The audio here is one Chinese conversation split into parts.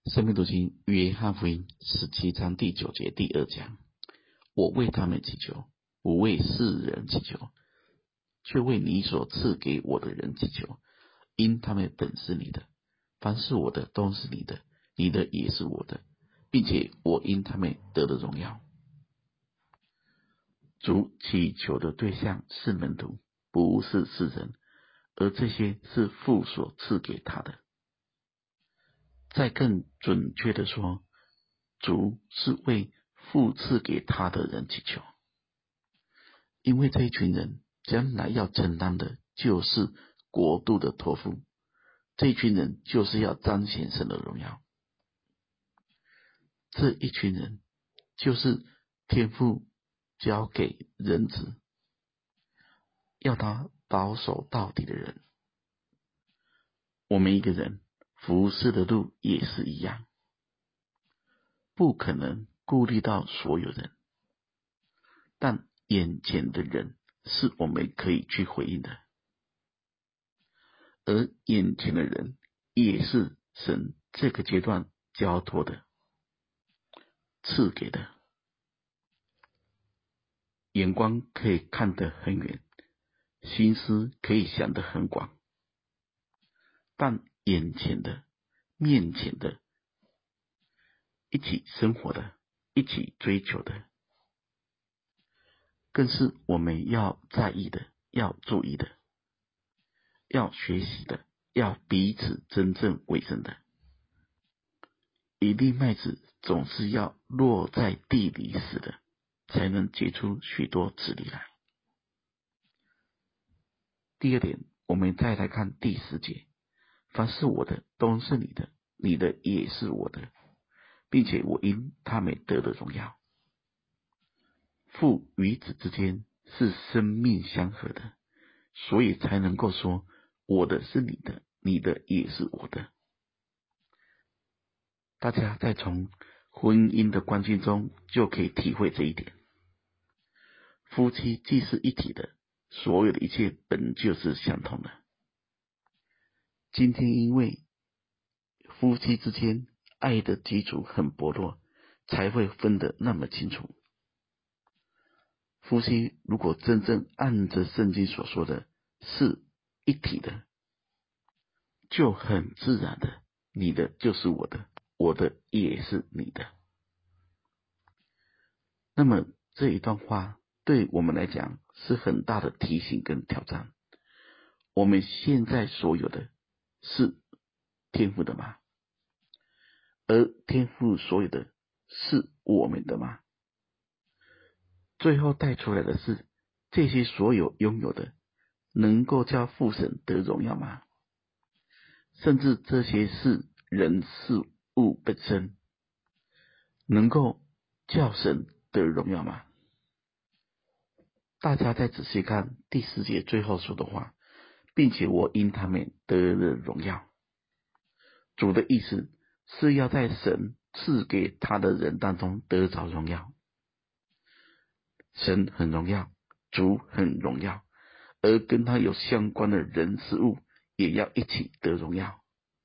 生命读经约翰福音17章第9节第2讲，我为他们祈求，不为世人祈求，却为你所赐给我的人祈求，因他们本是你的，凡是我的都是你的，你的也是我的，并且我因他们得了荣耀。主祈求的对象是门徒，不是世人，而这些是父所赐给他的。再更准确的说，主是为父赐给他的人祈求，因为这一群人将来要承担的就是国度的托付，这一群人就是要彰显神的荣耀，这一群人就是天父交给人子，要他保守到底的人。我们一个人服侍的路也是一样，不可能顾虑到所有人，但眼前的人是我们可以去回应的，而眼前的人也是神这个阶段交托的、赐给的。眼光可以看得很远，心思可以想得很广，但眼前的、面前的、一起生活的、一起追求的，更是我们要在意的、要注意的、要学习的、要彼此真正为生的。一粒麦子总是要落在地里死的，才能结出许多子粒来。第二点，我们再来看第10节，凡是我的都是你的，你的也是我的，并且我因他们得了荣耀。父与子之间是生命相合的，所以才能够说我的是你的，你的也是我的。大家在从婚姻的关系中就可以体会这一点。夫妻既是一体的，所有的一切本就是相同的。今天因为夫妻之间爱的基础很薄弱，才会分得那么清楚。夫妻如果真正按着圣经所说的是一体的，就很自然的，你的就是我的，我的也是你的。那么这一段话对我们来讲是很大的提醒跟挑战。我们现在所有的是天父的吗？而天父所有的是我们的吗？最后带出来的是，这些所有拥有的能够叫父神得荣耀吗？甚至这些是人事物本身能够叫神得荣耀吗？大家再仔细看第10节最后说的话，并且我因他们得了荣耀。主的意思是要在神赐给他的人当中得着荣耀。神很荣耀，主很荣耀，而跟他有相关的人事物也要一起得荣耀。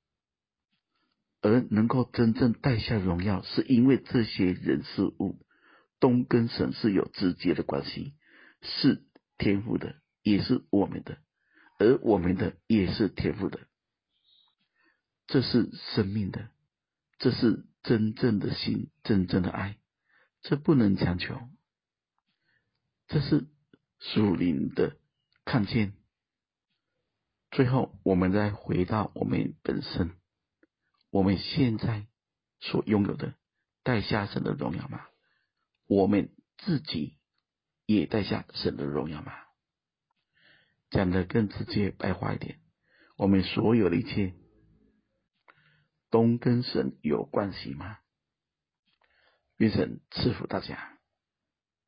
而能够真正带下荣耀，是因为这些人事物都跟神是有直接的关系，是天父的，也是我们的，而我们的也是天父的。这是生命的，这是真正的心，真正的爱，这不能强求，这是属灵的看见。最后我们再回到我们本身，我们现在所拥有的带下神的荣耀吗？我们自己也带下神的荣耀吗？讲得更直接白话一点，我们所有的一切都跟神有关系吗？愿神赐福大家。